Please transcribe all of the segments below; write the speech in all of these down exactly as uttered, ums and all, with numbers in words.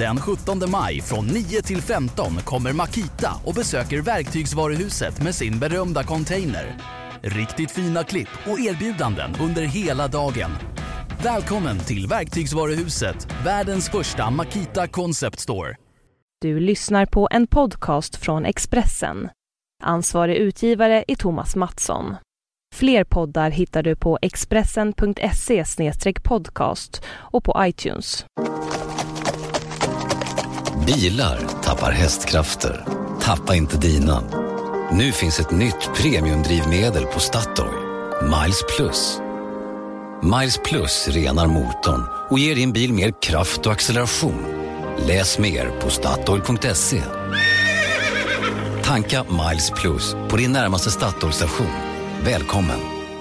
Den sjuttonde maj från nio till femton kommer Makita och besöker Verktygsvaruhuset med sin berömda container. Riktigt fina klipp och erbjudanden under hela dagen. Välkommen till Verktygsvaruhuset, världens första Makita Concept Store. Du lyssnar på en podcast från Expressen. Ansvarig utgivare är Thomas Mattsson. Fler poddar hittar du på expressen punkt se slash podcast och på iTunes. Bilar tappar hästkrafter. Tappa inte dina. Nu finns ett nytt premiumdrivmedel på Statoil. Miles Plus. Miles Plus renar motorn och ger din bil mer kraft och acceleration. Läs mer på statoil punkt se. Tanka Miles Plus på din närmaste Statoil-station. Välkommen!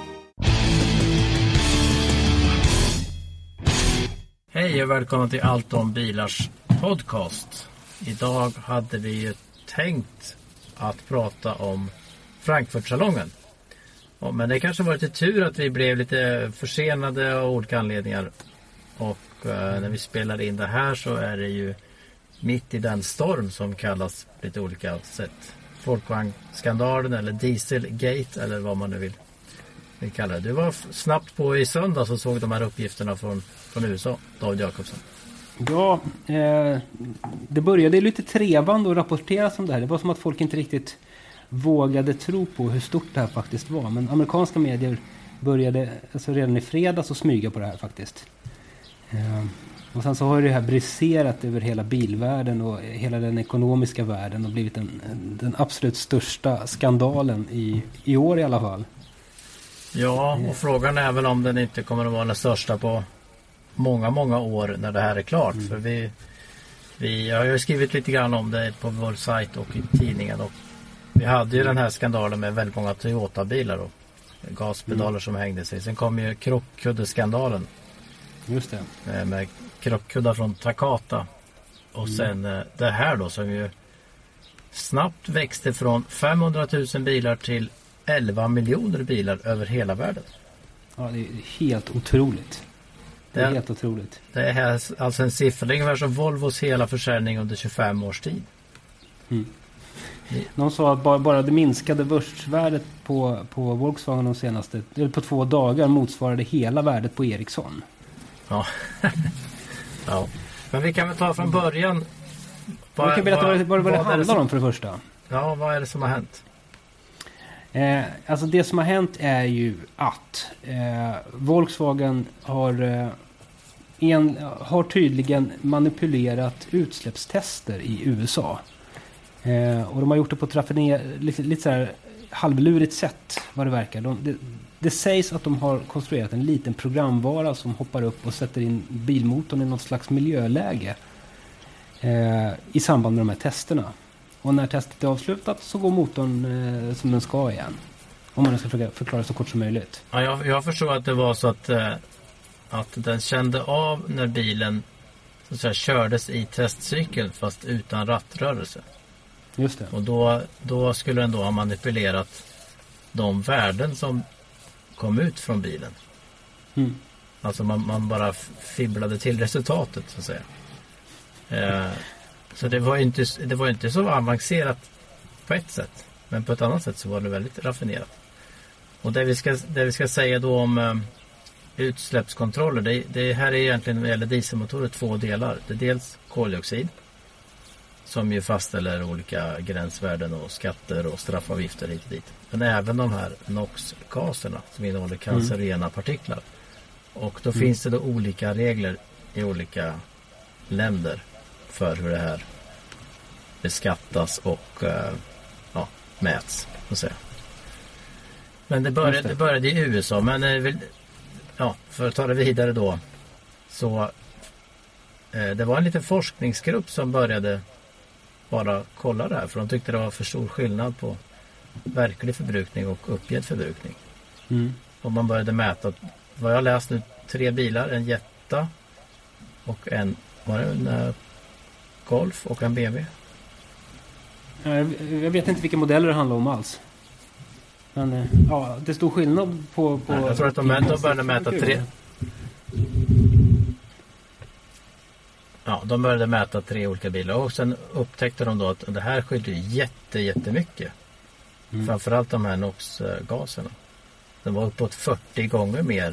Hej och välkommen till Allt om bilars podcast. Idag hade vi ju tänkt att prata om Frankfurtsalongen. Men det kanske var lite tur att vi blev lite försenade av olika anledningar. Och eh, när vi spelar in det här så är det ju mitt i den storm som kallas på lite olika sätt. Folkvagnskandalen eller Dieselgate eller vad man nu vill, vill kalla det. Du var snabbt på i söndag så såg de här uppgifterna från, från U S A, David Jacobsson. Ja, eh, det började lite trevande att rapporteras om det här. Det var som att folk inte riktigt vågade tro på hur stort det här faktiskt var. Men amerikanska medier började alltså redan i fredags att smyga på det här faktiskt. Eh, och sen så har det här briserat över hela bilvärlden och hela den ekonomiska världen och blivit en, den absolut största skandalen i, i år i alla fall. Ja, och frågan är väl om den inte kommer att vara den största på många, många år när det här är klart. Mm. För vi, vi jag har ju skrivit lite grann om det på vår sajt och i tidningen. Och vi hade ju den här skandalen med väldigt många Toyota-bilar och gaspedaler mm. som hängde sig. Sen kom ju krockkuddeskandalen. Just det. Med krockkuddar från Takata. Och mm. sen det här då som ju snabbt växte från femhundratusen bilar till elva miljoner bilar över hela världen. Ja, det är helt otroligt. Det är det, helt otroligt. Det är alltså en siffra. Det är ungefär som Volvos hela försäljning under tjugofem års tid. Mm. Någon sa att bara, bara det minskade börsvärdet på, på Volkswagen de senaste, eller på två dagar motsvarade hela värdet på Ericsson. Ja. Ja. Men vi kan väl ta från början. Vad, vi kan berätta vad, vad, vad det handlar som, om för det första. Ja, vad är det som har hänt? Eh, alltså det som har hänt är ju att eh, Volkswagen har, eh, en, har tydligen manipulerat utsläppstester i U S A. Eh, och de har gjort det på ett raffiner, lite, lite så här halvlurigt sätt vad det verkar. De, det, det sägs att de har konstruerat en liten programvara som hoppar upp och sätter in bilmotorn i något slags miljöläge eh, i samband med de här testerna. Och när testet är avslutat så går motorn eh, som den ska igen. Om man ska försöka förklara så kort som möjligt. Ja, jag, jag förstår att det var så att, eh, att den kände av när bilen så att säga, kördes i testcykeln fast utan rattrörelse. Just det. Och då, då skulle den då ha manipulerat de värden som kom ut från bilen. Mm. Alltså man, man bara fibblade till resultatet så att säga. Eh, så det var inte, det var inte så avancerat på ett sätt. Men på ett annat sätt så var det väldigt raffinerat. Och det vi ska, det vi ska säga då om eh, utsläppskontroller. Det, det här är egentligen när det gäller dieselmotorer två delar. Det är dels koldioxid. Som ju fastställer olika gränsvärden och skatter och straffavgifter hit och dit. Men även de här NOx-gaserna som innehåller cancerogena mm. partiklar. Och då mm. finns det då olika regler i olika länder för hur det här beskattas och uh, ja, mäts. Så att säga. Men det började, det började i U S A. Men uh, ja, för att ta det vidare då. Så uh, det var en liten forskningsgrupp som började bara kolla det här. För de tyckte det var för stor skillnad på verklig förbrukning och uppgett förbrukning. Mm. Och man började mäta, vad jag läst nu, tre bilar, en Jetta och en, var det en uh, Golf och en B M W. Jag, jag vet inte vilka modeller det handlar om alls. Men uh, ja, det stod skillnad på... på Nej, jag tror att de, de började mäta tre... Ja, de började mäta tre olika bilar och sen upptäckte de då att det här skiljer jätte, jättemycket. Mm. Framförallt de här NOx-gaserna. De var uppåt fyrtio gånger mer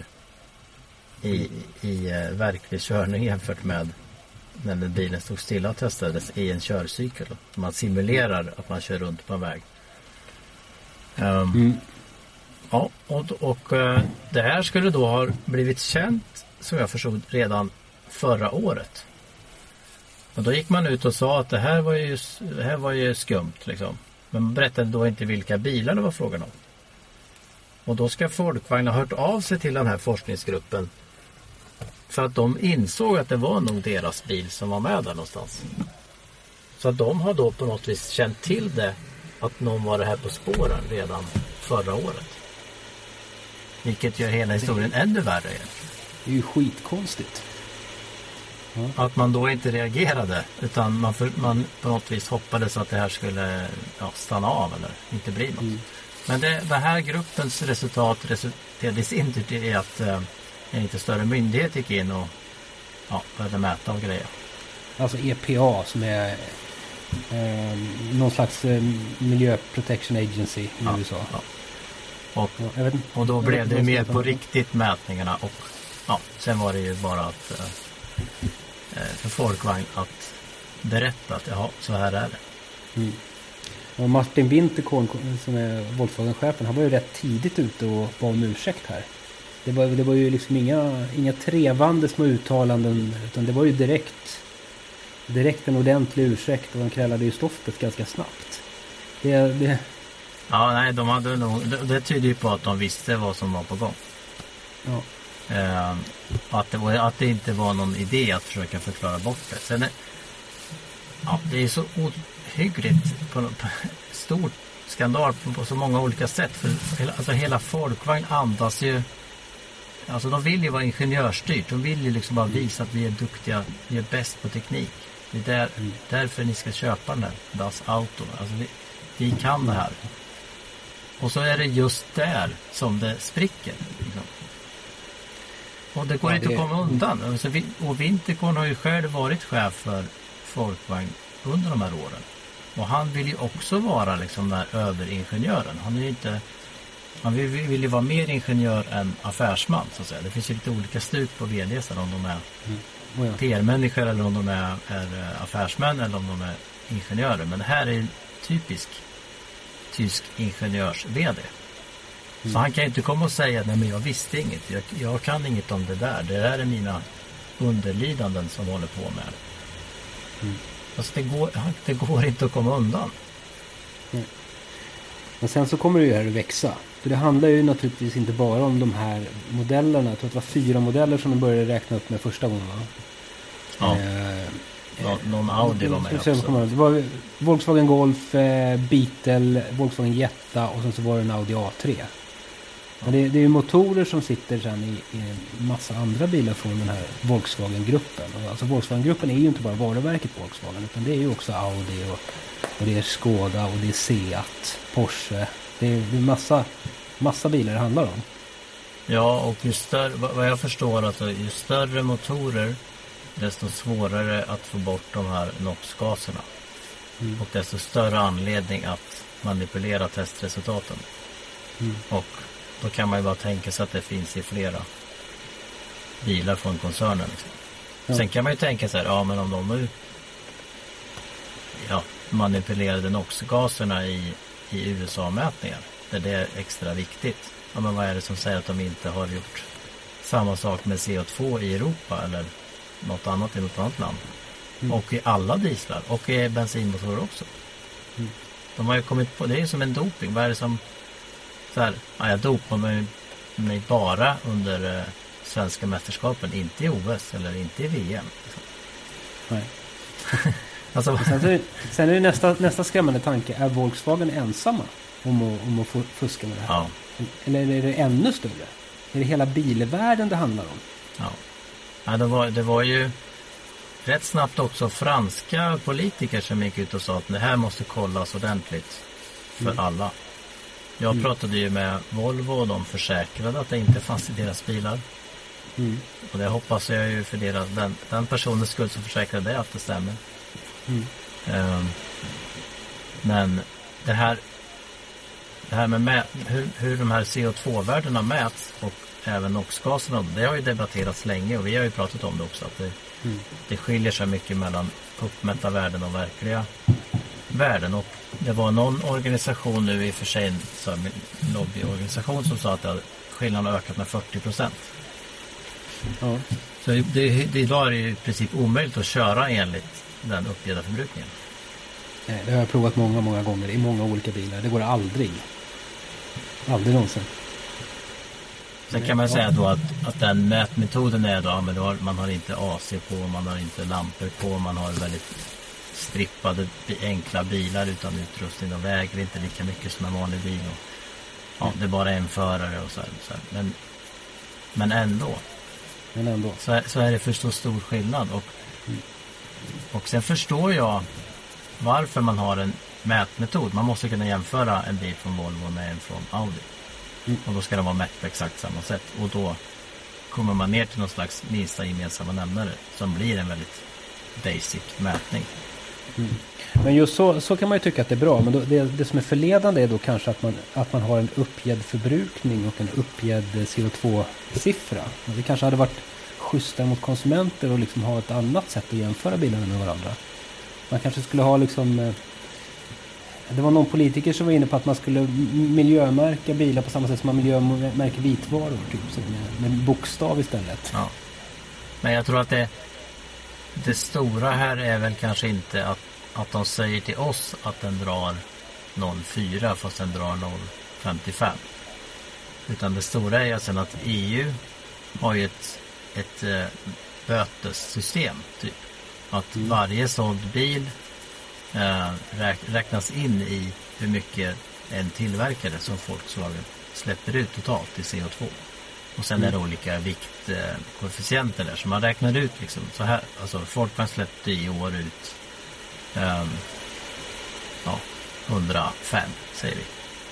i, i uh, verklig körning jämfört med när den bilen stod stilla och testades i en körcykel. Man simulerar att man kör runt på en väg. Um, mm. Ja, och, och uh, det här skulle då ha blivit känt, som jag förstod, redan förra året. Och då gick man ut och sa att det här var ju, det här var ju skumt liksom. Men man berättade då inte vilka bilar det var frågan om. Och då ska Folkvagn ha hört av sig till den här forskningsgruppen för att de insåg att det var nog deras bil som var med där någonstans. Så att de har då på något vis känt till det, att någon var det här på spåren redan förra året. Vilket gör hela historien ännu värre. Det är ju skitkonstigt. Ja. Att man då inte reagerade, utan man, för, man på något vis hoppades att det här skulle ja, stanna av eller inte bli något. Mm. Men det, den här gruppens resultat resulterade i sin tur i att eh, en lite större myndighet gick in och ja, började mäta och grejer. Alltså E P A som är eh, någon slags eh, Miljö Protection Agency i ja, U S A. Ja. Och, ja, jag vet inte. Och då blev det mer på riktigt mätningarna och ja, sen var det ju bara att eh, för Folkvagn att berätta att ja, så här är det. Mm. Och Martin Winterkorn som är Volkswagen-chefen, han var ju rätt tidigt ute och bad om ursäkt här. Det var, det var ju liksom inga, inga trevande små uttalanden, utan det var ju direkt direkt en ordentlig ursäkt, och de krävade ju stoftet ganska snabbt. Det, det... Ja, nej, de hade nog, det, det tyder ju på att de visste vad som var på gång. Ja. Eh, att, det var, att det inte var någon idé att försöka förklara bort det. Sen är, ja, det är så ohyggligt på, på stor skandal på, på så många olika sätt. För hela, alltså hela Folkvagn andas ju, alltså de vill ju vara ingenjörsstyrt. De vill ju liksom bara visa att vi är duktiga, vi är bäst på teknik. Det är där, mm. därför ni ska köpa den här Das Auto. Alltså vi, vi kan det här. Och så är det just där som det spricker. Liksom. Och det går ja, inte det... att komma undan. Alltså, vi, och Winterkorn har ju själv varit chef för Folkvagn under de här åren. Och han vill ju också vara liksom den här överingenjören. Han är ju inte... Han vill, vill ju vara mer ingenjör än affärsman, så att säga. Det finns ju lite olika stuk på vds om de är mm. oh ja. P R-människor eller om de är, är affärsmän eller om de är ingenjörer. Men det här är typisk tysk ingenjörs-vd. Mm. Så han kan ju inte komma och säga nej men jag visste inget. Jag, jag kan inget om det där. Det där är mina underlidanden som håller på med. Mm. Alltså det går, det går inte att komma undan. Mm. Men sen så kommer det ju här att växa. För det handlar ju naturligtvis inte bara om de här modellerna. Jag tror att det var fyra modeller som de började räkna upp med första gången, va? Ja. Eh, Nå, någon Audi var med också. Det var Volkswagen Golf, eh, Beetle, Volkswagen Jetta och sen så var det en Audi A tre. Men det, det är ju motorer som sitter sen i, i en massa andra bilar från den här Volkswagen-gruppen. Alltså Volkswagen-gruppen är ju inte bara varuverket Volkswagen, utan det är ju också Audi och, och det är Skoda och det är Seat, Porsche. Det är ju massa, massa bilar det handlar om. Ja, och ju större, vad jag förstår, alltså, ju större motorer desto svårare att få bort de här NOx-gaserna. Mm. Och desto större anledning att manipulera testresultaten. Mm. Och då kan man ju bara tänka sig att det finns i flera bilar från koncernen. Liksom. Ja. Sen kan man ju tänka sig, ja men om de nu ja, manipulerade NOx-gaserna i, i U S A-mätningar, där det är extra viktigt. Ja, men vad är det som säger att de inte har gjort samma sak med C O två i Europa eller något annat i något annat land? Mm. Och i alla dieslar och i bensinmotorer också. Mm. De har ju kommit på, det är ju som en doping. Vad är det som så här, ja, jag dopar mig, mig bara under eh, svenska mästerskapen, inte i O S eller inte i V M. Liksom. Nej. alltså, sen, är det, sen är det nästa, nästa skrämmande tanke, är Volkswagen ensamma om att, om att fuska med det här? Ja. Eller är det ännu större? Är det hela bilvärlden det handlar om? Ja, ja det, var, det var ju rätt snabbt också franska politiker som gick ut och sa att det här måste kollas ordentligt för mm. alla. Jag mm. pratade ju med Volvo och de försäkrade att det inte fanns i deras bilar. Mm. Och det hoppas jag ju för deras, den, den personens skull som försäkrar det att det stämmer. Mm. Um, men det här det här med mät, hur, hur de här C O två-värdena mäts och även NOx-gaserna, det har ju debatterats länge och vi har ju pratat om det också, att det, mm. det skiljer sig mycket mellan uppmätta värden och verkliga värden. Och det var någon organisation nu i och för sig, en lobbyorganisation, som sa att det, skillnaden har ökat med fyrtio procent. Ja. Så det, det, idag är det i princip omöjligt att köra enligt den uppgivna förbrukningen. Nej, det har jag provat många, många gånger i många olika bilar. Det går aldrig. Aldrig någonsin. Sen kan man säga då att, att den mätmetoden är då, men då har, man har inte A C på, man har inte lampor på, man har väldigt strippade enkla bilar utan utrustning och väger inte lika mycket som en vanlig bil. Och, ja, det är bara en förare och så här. Så här. Men, men ändå. Men ändå. Så, är, så är det för så stor skillnad. Och, och sen förstår jag varför man har en mätmetod. Man måste kunna jämföra en bil från Volvo med en från Audi. Mm. Och då ska de vara mätt på exakt samma sätt. Och då kommer man ner till någon slags minsta gemensamma nämnare som blir en väldigt basic mätning. Mm. Men just så, så kan man ju tycka att det är bra. Men då, det, det som är förledande är då kanske att man, att man har en uppgedd förbrukning och en uppgedd C O två-siffra. Det kanske hade varit schyssta mot konsumenter och liksom ha ett annat sätt att jämföra bilarna med varandra. Man kanske skulle ha liksom... Det var någon politiker som var inne på att man skulle miljömärka bilar på samma sätt som man miljömärker vitvaror. Typ, så med, med bokstav istället. Ja. Men jag tror att det, det stora här är väl kanske inte att, att de säger till oss att den drar noll komma fyra fast den drar noll komma femtiofem. Utan det stora är sen att E U har ju ett, ett äh, bötessystem typ. Att mm. varje såld bil äh, räk, räknas in i hur mycket en tillverkare som Volkswagen släpper ut totalt i C O två. Och sen mm. är det olika viktkoefficienter där. Så man räknar ut liksom så här. Alltså Volkswagen släppte i år ut ähm, ja, hundrafem säger vi.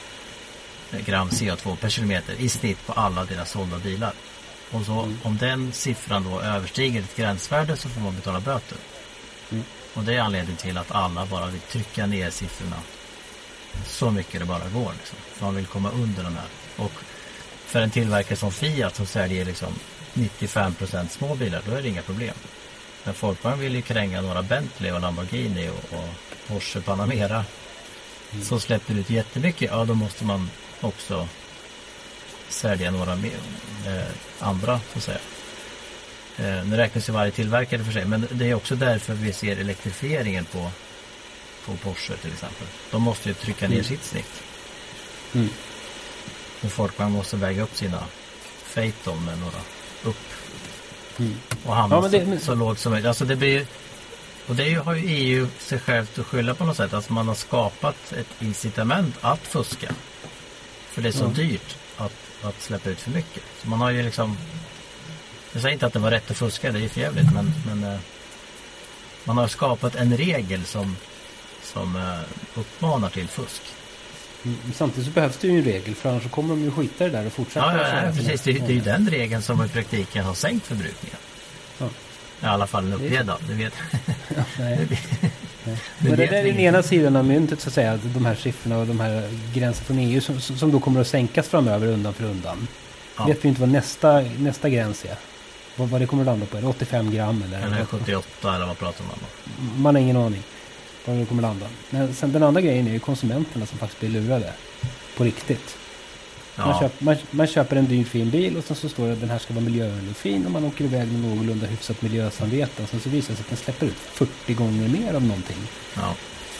Gram C O två per kilometer i snitt på alla deras sålda bilar. Och så mm. om den siffran då överstiger ett gränsvärde så får man betala böter. Mm. Och det är anledningen till att alla bara vill trycka ner siffrorna så mycket det bara går. Liksom. För man vill komma under de här. Och för en tillverkare som Fiat som säljer liksom nittiofem procent små bilar, då är det inga problem. Men Volkswagen vill ju kränga några Bentley och Lamborghini och, och Porsche Panamera mm. som släpper ut jättemycket. Ja, då måste man också sälja några mer, eh, andra så att säga. Eh, nu räknas ju varje tillverkare för sig, men det är också därför vi ser elektrifieringen på, på Porsche till exempel. De måste ju trycka ner mm. sitt snitt. Mm. Och folk man måste väga upp sina Phaeton med några upp. Mm. Och hamna ja, men det, men... så, så lågt som möjligt. Alltså det blir, och det har ju E U sig självt att skylla på något sätt. Alltså man har skapat ett incitament att fuska. För det är så mm. dyrt att, att släppa ut för mycket. Så man har ju liksom... Jag säger inte att det var rätt att fuska, det är ju för jävligt, men, men eh, man har skapat en regel som, som eh, uppmanar till fusk. Mm, samtidigt så behövs det ju en regel, för annars så kommer de ju skita det där och fortsätta. Ja, ja, ja precis. Det, det är ju den regeln som i praktiken har sänkt förbrukningen. Ja. I alla fall en uppledad, det vet ja, nej. Nej. Men det där är den ena sidan av myntet så att säga, de här siffrorna och de här gränserna från E U som, som då kommer att sänkas framöver undan för undan. Ja. Vet vi inte vad nästa, nästa gräns är. Vad, vad det kommer att landa på. Är det åttiofem gram eller? Eller sjuttioåtta eller vad pratar man om? Man har ingen aning vad det kommer att landa. Men sen den andra grejen är ju konsumenterna som faktiskt blir lurade. På riktigt. Ja. Man, köper, man, man köper en dyr fin bil och sen så står det att den här ska vara miljövänlig och fin och man åker iväg med någorlunda hyfsat miljösamvete och sen så visar det sig att den släpper ut fyrtio gånger mer av någonting. Ja.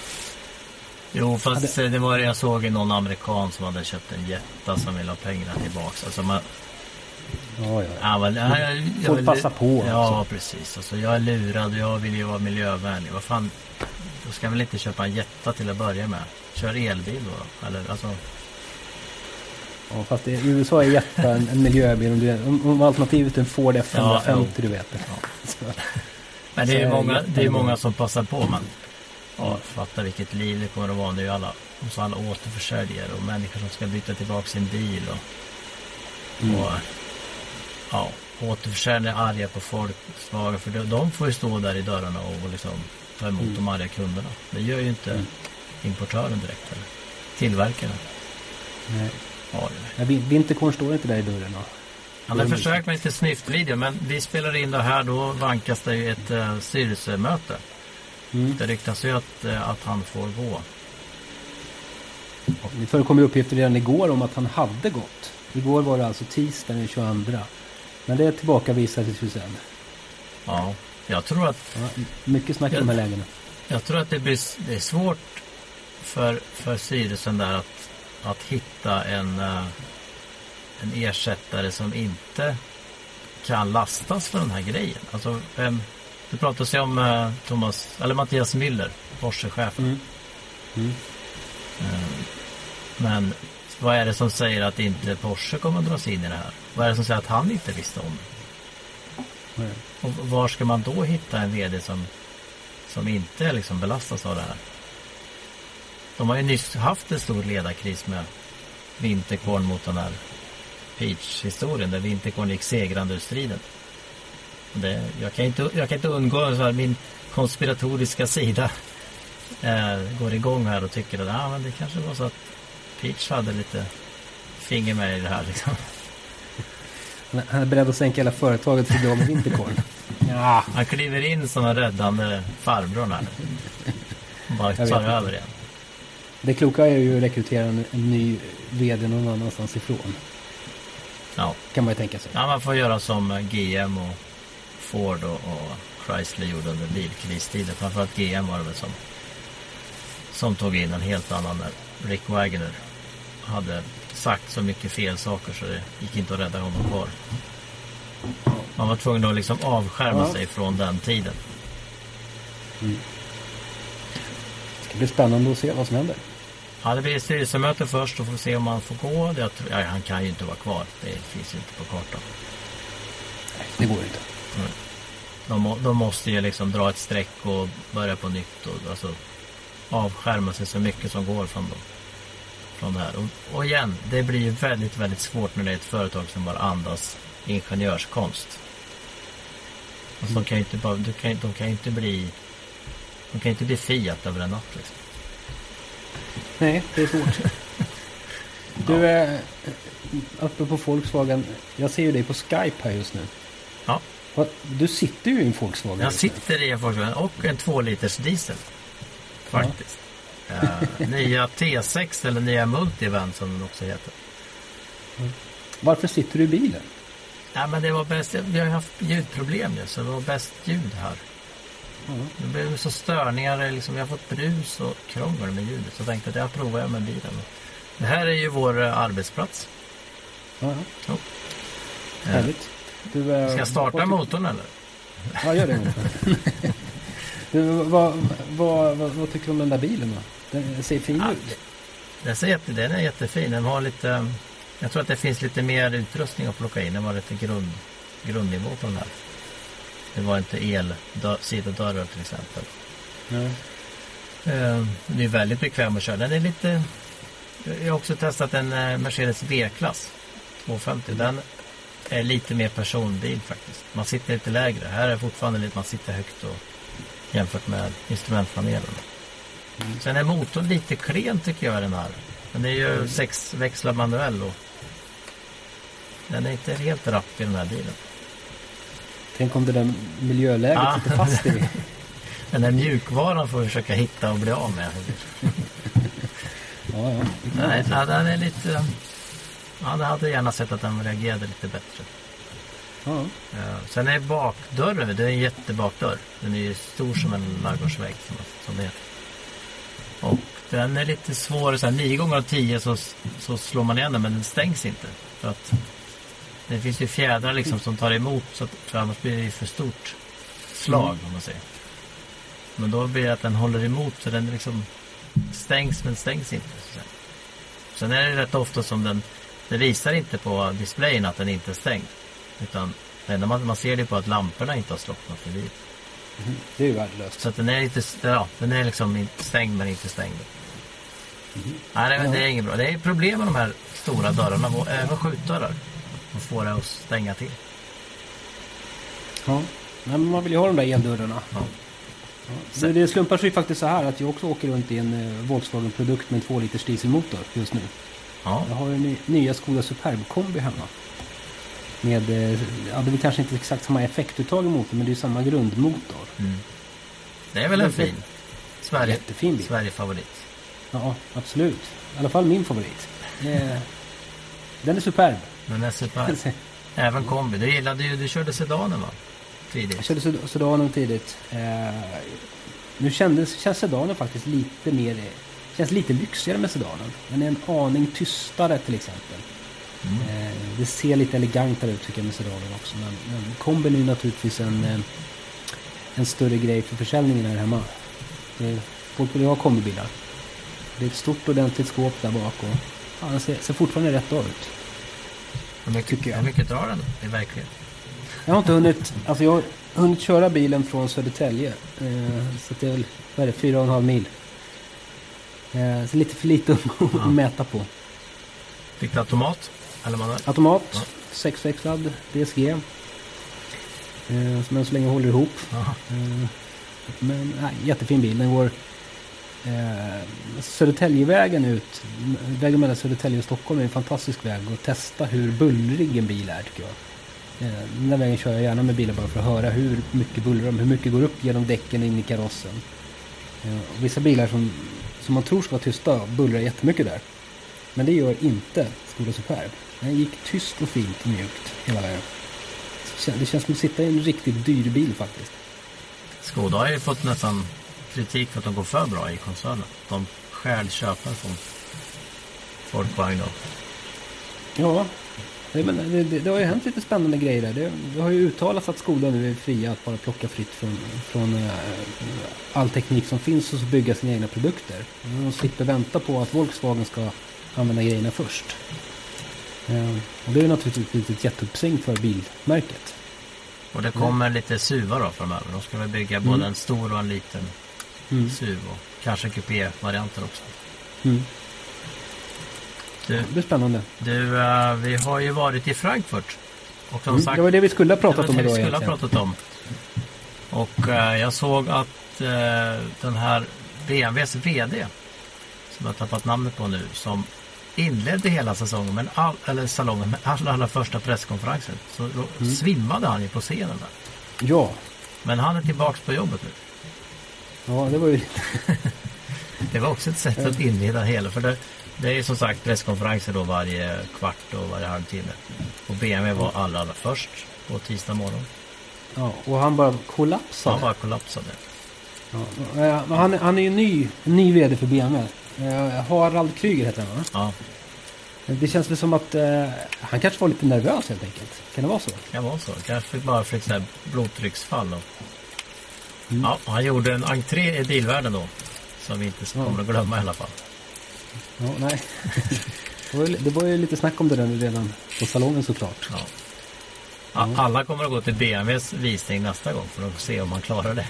Jo, fast hade... det var det jag såg i någon amerikan som hade köpt en Jetta som ville ha pengarna tillbaks. Alltså man... Ja, ja. Ja, men, jag, jag, jag, Får vill... passa på. Ja, alltså. Precis. Alltså, jag är lurad och jag vill ju vara miljövänlig. Vad fan, då ska jag väl inte köpa en Jetta till att börja med. Kör elbil då. Eller, alltså... Ja, fast i U S A är Jetta en, en miljöbil. Om, du, om, om alternativet är en Ford F femhundrafemtio, ja, du vet det. Ja. Men det är ju många, det är många som passar på, man. Ja, fatta vilket liv det kommer att vara nu. Alla, och så alla återförsäljare och människor som ska byta tillbaka sin bil. Och, mm. och, ja, återförsäljare arga på folk, svaga, för de får ju stå där i dörrarna och liksom ta emot mm. de arga kunderna. Det gör ju inte mm. importören direkt eller tillverkaren. Nej. Ja, det Vinterkorn står inte där i dörren. Han har försökt med lite snyftvideo, men vi spelar in det här, då vankas det ju ett uh, styrelsemöte. Mm. Det ryktas ju att, uh, att han får gå. Och det förekom ju uppgifter redan igår om att han hade gått. Igår var det alltså tisdag den tjugoandra. Men det är tillbakavisat till sen. Ja, jag tror att... Ja, mycket snack i de här lägena. Jag tror att det, blir, det är svårt för, för styrelsen där att, att hitta en, uh, en ersättare som inte kan lastas för den här grejen. Alltså, um, det pratas ju om uh, Thomas, eller Mattias Müller, Porsche-chefen. Mm. Mm. Uh, men vad är det som säger att inte Porsche kommer att dras in i det här? Vad är det som säger att han inte visste om det? Mm. Och var ska man då hitta en vd som, som inte liksom belastas av det här? De har ju nyss haft en stor ledarkris med Vinterkorn mot den här Peach-historien där Vinterkorn gick segrande ur striden. Det, jag, kan inte, jag kan inte undgå så här, min konspiratoriska sida eh, går igång här och tycker att ah, men det kanske var så att Peach hade lite finger med i det här liksom. Han är beredd att sänka hela företaget för då med Vinterkorn. Ja. Han kliver in som en räddande farbror här. Bara tar över igen. Det kloka är ju att rekrytera en, en ny vd någon annanstans ifrån. Ja. Kan man ju tänka sig. Ja, man får göra som G M och Ford och, och Chrysler gjorde under bilkristiden. Framförallt G M var det väl som, som tog in en helt annan när Rick Wagoner hade sagt så mycket fel saker så det gick inte att rädda honom kvar. Man var tvungen att liksom avskärma ja. sig från den tiden. Mm. Det ska bli spännande att se vad som händer. Ja, det blir ett styrelsemöte först och får se om man får gå. Jag tror, ja, han kan ju inte vara kvar. Det finns ju inte på kartan. Nej, det går inte. Mm. De, de måste ju liksom dra ett streck och börja på nytt och alltså avskärma sig så mycket som går från dem. Från det här. Och, och igen, det blir ju väldigt, väldigt svårt när det är ett företag som bara andas ingenjörskonst. Alltså, mm. de kan ju inte bara, de kan, de kan inte bli de kan inte bli Fiat över en natt liksom. Nej, det är svårt. Du är ja. uppe på Volkswagen. Jag ser ju dig på Skype här just nu. Ja. Du sitter ju i en Volkswagen. Jag sitter i en Volkswagen och en två liters diesel. Faktiskt. Ja. Uh, nya T sex eller nya Multivan som den också heter. Mm. Varför sitter du i bilen? Ja, men det var bäst. Vi har haft ljudproblem nu så det var bäst ljud här. Mm. Det blev så störningar, liksom, jag har fått brus och krångel med ljudet. Så jag tänkte att jag provar med bilen. Det här är ju vår arbetsplats. Mm. Oh. Härligt. Du, äh, Ska jag starta vad, motorn eller? Ja, gör det. du, vad, vad, vad, vad tycker du om den där bilen då? Den ser fin ja, ut. Den, ser jätte, den är jättefin. Den har lite, jag tror att det finns lite mer utrustning att plocka in. Den var lite grund, grundnivå på den här. Det var inte el-sidodörrar till exempel. Mm. Uh, det är väldigt bekväm att köra. Den är lite... Jag har också testat en Mercedes V-klass tvåhundrafemtio. Den är lite mer personbil faktiskt. Man sitter lite lägre. Här är fortfarande lite, man sitter högt och jämfört med instrumentpanelen. Mm. Sen är motorn lite klen tycker jag den här. Den är ju mm. sexväxlad manuell och den är inte helt rapp i den här bilen. Tänk om det där miljöläget ah. sitter fast i. Den där mjukvaran får vi försöka hitta och bli av med. ja, ja. Nej, ja, den är lite... Ja, det hade gärna sett att den reagerade lite bättre. Ja. Ja, sen är bakdörren, det är en jättebakdörr. Den är ju stor som en ladugårdsvägg som, som det heter. Och den är lite svår, så här, nio gånger av tio så, så slår man igen den, men den stängs inte. För att det finns ju fjädrar liksom som tar emot, så att, för annars blir det ju för stort slag mm. om man säger. Men då blir det att den håller emot, så den liksom stängs men stängs inte. Så. Sen är det rätt ofta som den, det visar inte på displayen att den inte är stängd. Utan man, man ser det på att lamporna inte har slocknat i bil. Mm. Det är ju värdelöst. Så att den är lite, ja, den är liksom stängd men inte stängd. Mm. Nej, det, det är inget bra. Det är problem med de här stora dörrarna, även skjutdörrar. Man får det att stänga till. Ja, men man vill ju ha de där eldörrarna. Ja. Ja. Det slumpar sig faktiskt så här att jag också åker runt i en uh, Volkswagen-produkt med en två liters dieselmotor just nu. Ja. Jag har en ny, nya Skoda Superb-kombi hemma. Med, uh, ja, det är kanske inte exakt samma effektuttag i motorn, men det är samma grundmotor. Mm. Det är väl en fin Sverige, jättefin bil. Sverige-favorit. Ja, absolut. I alla fall min favorit. Eh, den är superb. Den är superb. Även kombi. Du gillade ju, du körde sedanen va? Tidigt. Jag körde sedanen tidigt. Eh, nu kändes, känns sedanen faktiskt lite mer, känns lite lyxigare med sedanen. Den är en aning tystare till exempel. Mm. Eh, det ser lite elegantare ut tycker jag med sedanen också. Men, men kombin är naturligtvis en, en större grej för försäljningen här hemma. Det, folk vill ju ha kombibilar. Det är ett stort ordentligt skåp där bak och ja, den ser, ser fortfarande rätt bra ut. Hur mycket, hur mycket drar den i verkligheten? Jag har inte hunnit, alltså jag har hunnit köra bilen från Södertälje. Eh, så det är väl, vad är det, fyra och en halv mil. Eh, så lite för lite att ja. mäta på. Fick du automat? Eller man automat, ja. sexväxlad D S G. Eh, som än så länge håller ihop. Eh, men nej, jättefin bil. Den går eh, Södertäljevägen ut. Vägen mellan Södertälje och Stockholm är en fantastisk väg. Och testa hur bullrig en bil är tycker jag. Den där vägen kör jag gärna med bilar bara för att höra hur mycket bullrar de, hur mycket går upp genom däcken in i karossen. Och vissa bilar som, som man tror ska vara tysta bullrar jättemycket där. Men det gör inte Skoda Superb. Den gick tyst och fint och mjukt hela vägen. Det känns som att sitta i en riktigt dyr bil faktiskt. Skoda har ju fått nästan kritik för att de går för bra i koncernen. De stjäl köpare från Volkswagen då. Ja. Men det, det, det har ju hänt lite spännande grejer där. Det, det har ju uttalats att Skoda nu är fria att bara plocka fritt från, från uh, all teknik som finns och så bygga sina egna produkter. De slipper vänta på att Volkswagen ska använda grejerna först. Uh, och det är naturligtvis ett jätteuppsving för bilmärket. Och det kommer mm. lite S U V då framöver. De ska väl bygga både mm. en stor och en liten mm. S U V och kanske kupé-varianter också. Mm. Du, det är spännande. Du, uh, vi har ju varit i Frankfurt. Och de mm, sagt, det var det vi skulle ha pratat om det idag. Vi skulle ha pratat om. Och uh, jag såg att uh, den här B M W:s vd som jag har tappat namnet på nu, som inledde hela säsongen men all, eller salongen med alla, alla första presskonferensen, så mm. svimmade han ju på scenen där. Ja. Men han är tillbaks på jobbet nu. Ja, det var ju det var också ett sätt att inleda hela, för det Det är som sagt presskonferenser då varje kvart och varje halvtimme. Och B M W var allra, allra först på tisdag morgon. Ja, och han bara kollapsade. Han bara kollapsade. Ja, men han, han är ju ny, ny vd för B M W. Harald Kryger heter han va? Ja. Det känns väl som att eh, han kanske var lite nervös helt enkelt. Kan det vara så? Kan det vara så. Kanske bara för ett blodtrycksfall. Och... Mm. Ja, han gjorde en entré i bilvärlden då. Som vi inte kommer ja. att glömma i alla fall. Ja, nej. Det var, ju, det var ju lite snack om det där redan på salongen såklart. Ja. Ja, alla kommer att gå till B M W:s visning nästa gång för att se om man klarar det.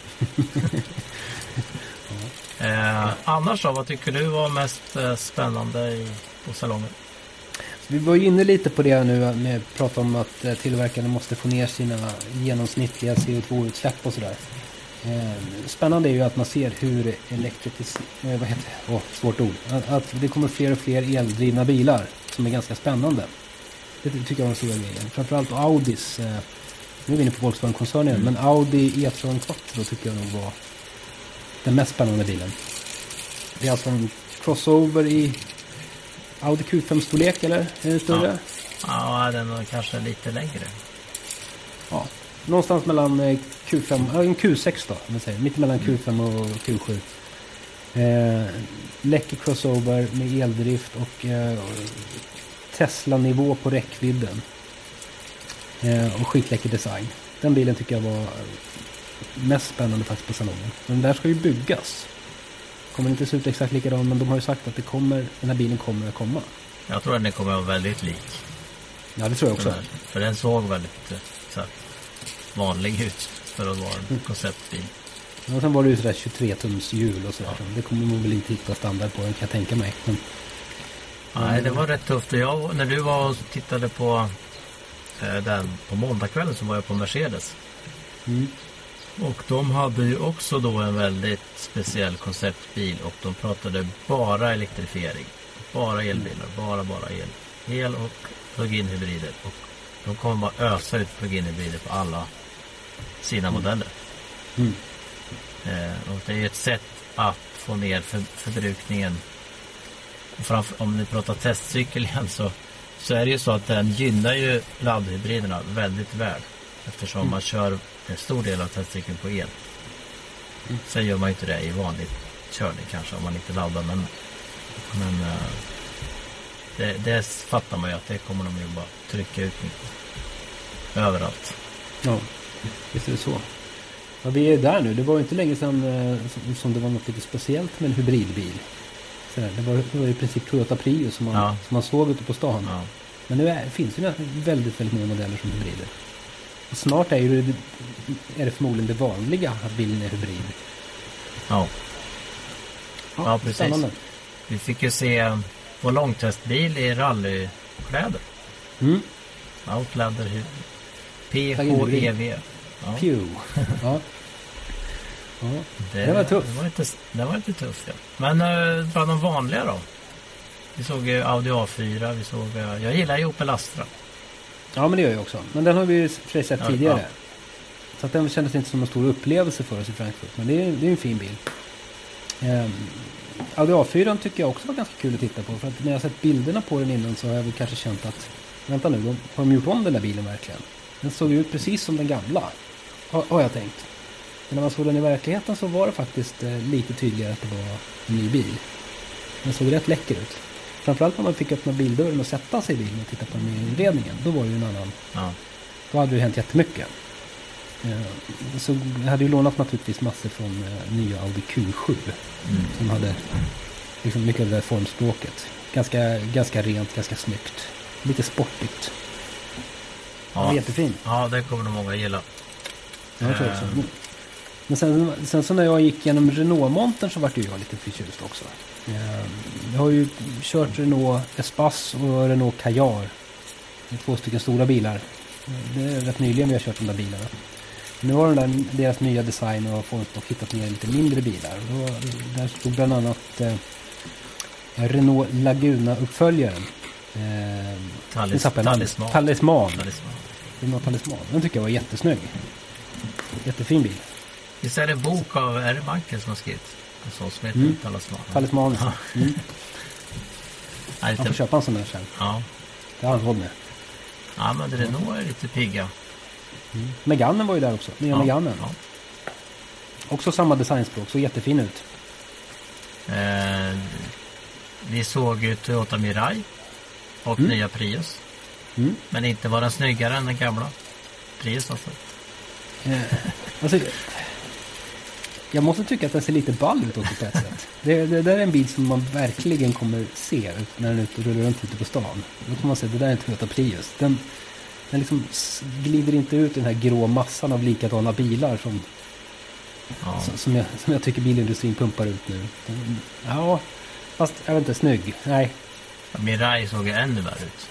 ja. eh, annars då, vad tycker du var mest eh, spännande i, på salongen? Vi var ju inne lite på det nu med att prata om att eh, tillverkarna måste få ner sina genomsnittliga C O två-utsläpp och sådär. Spännande är ju att man ser hur elektrisk, vad heter det? Åh, svårt ord. Att, att det kommer fler och fler eldrivna bilar som är ganska spännande. Det tycker jag är en stor grej. Framförallt Audis, nu är vi inne på Volkswagen-koncernen, mm. men Audi e-tron Quattro tycker jag nog var den mest spännande bilen. Det är alltså en crossover i Audi Q fem-storlek, eller? Är det större? Ja, ja den är kanske lite längre. Ja. Någonstans mellan Q fem, en Q sex då, om man säger. Mitt mellan Q fem och Q sju. Eh, läcker crossover med eldrift och eh, Tesla-nivå på räckvidden. Eh, och skitläcker design. Den bilen tycker jag var mest spännande faktiskt på salongen. Den där ska ju byggas. Kommer inte se ut exakt likadan, men de har ju sagt att det kommer, den här bilen kommer att komma. Jag tror att den kommer att vara väldigt lik. Ja, det tror jag också. Den här, för den såg väldigt så här, vanlig ut för att vara en mm. konceptbil. Och sen var det ju sådär tjugotre tums hjul och sådär. Ja. Det kommer man väl inte hitta standard på, kan jag tänka mig. Men, nej, det var rätt tufft. Jag, när du var och tittade på eh, den på måndagskvällen så var jag på Mercedes. Mm. Och de hade ju också då en väldigt speciell konceptbil och de pratade bara elektrifiering. Bara elbilar, bara bara el. El och plug-in hybrider. Och de kommer bara ösa ut plug-in hybrider på alla sina modeller. Mm. Eh, och det är ett sätt att få ner för, förbrukningen. Och framför, om ni pratar testcykel igen så, så är det ju så att den gynnar ju laddhybriderna väldigt väl. Eftersom mm. man kör en stor del av testcykeln på el. Mm. Sen gör man inte det i vanlig körning kanske om man inte laddar. Men, men uh, det, det fattar man ju att det kommer de ju bara trycka ut överallt. Ja, visst är det så. Ja, vi är där nu. Det var ju inte länge sedan eh, som, som det var något lite speciellt med en hybridbil. Så där, det, var, det var i princip Toyota Prius som man, ja. som man såg ute på stan. Ja. Men nu är, finns det väldigt, väldigt många modeller som hybrider. Och snart är, ju, är det förmodligen det vanliga att bilen är hybrid. Ja, ja, ja precis. Spännande. Vi fick ju se på långtestbil i rallykläder. Mm. Outlander P H E V. Ja. Pew. Ja. Ja. Det, det var tufft. Det var lite, det var lite tufft, ja. Men uh, bland de vanliga då? Vi såg uh, Audi A fyra, vi såg... Uh, jag gillar ju Opel Astra. Ja, men det gör jag också. Men den har vi ju sett ja, tidigare. Ja. Så att den kändes inte som en stor upplevelse för oss i Frankfurt. Men det är, det är en fin bil. Um, Audi A fyra tycker jag också var ganska kul att titta på. För att när jag sett bilderna på den innan så har jag väl kanske känt att... Vänta nu, de, har de gjort om den där bilen verkligen? Den såg ut precis som den gamla. Har, har jag tänkt. Men när man såg den i verkligheten så var det faktiskt eh, lite tydligare att det var en ny bil. Den såg rätt läcker ut. Framförallt när man fick öppna bildörren och sätta sig i bilen och titta på den i inredningen. Då var det ju en annan. Ja. Då hade det hänt jättemycket. Eh, så jag hade ju lånat naturligtvis massor från eh, nya Audi Q sju. Mm. Som hade liksom mycket av det där formspråket. Ganska, ganska rent, ganska snyggt. Lite sportigt. Ja, jättefin. Ja, det kommer nog många gilla. Ja, jag tror också. Men, men sen, sen så när jag gick genom Renault-montern så var ju jag lite förtjust också. Jag har ju kört Renault Espace och Renault Kadjar. Det är två stycken stora bilar. Det är rätt nyligen vi har kört de där bilarna. Nu har den där, deras nya design och formspråk hittat ner lite mindre bilar. Då, där stod bland annat eh, Renault Laguna-uppföljaren. Eh, Tallis, talisman. Talisman. Talisman. Talisman. Den tycker jag var jättesnygg. Jättefin bil. Visst är det en bok av R. Banken som har skrivit? En sån som heter mm. Talisman. Talisman. Ja. Mm. Han får köpa en sån där sen. Ja. Det har han råd med. Ja, men det är nog lite pigga. Mm. Meganen var ju där också. Nya ja. Meganen. Ja. Också samma designspråk. Så jättefin ut. Eh, vi såg ju Toyota Mirai. Och mm. nya Prius. Mm. Men inte var den snyggare än den gamla Prius alltså. Eh, alltså jag måste tycka att den ser lite ball ut också på ett sätt. Det, det där är en bil som man verkligen kommer se när den är ute och rullar runt ute på stan. Då kommer man se att det där är en Toyota Prius. Den, den liksom glider inte ut i den här grå massan av likadana bilar som, ja. som, som, jag, som jag tycker bilindustrin pumpar ut nu. Den, ja, fast jag vet inte, snygg. Nej. Mirai såg ju ännu värre ut.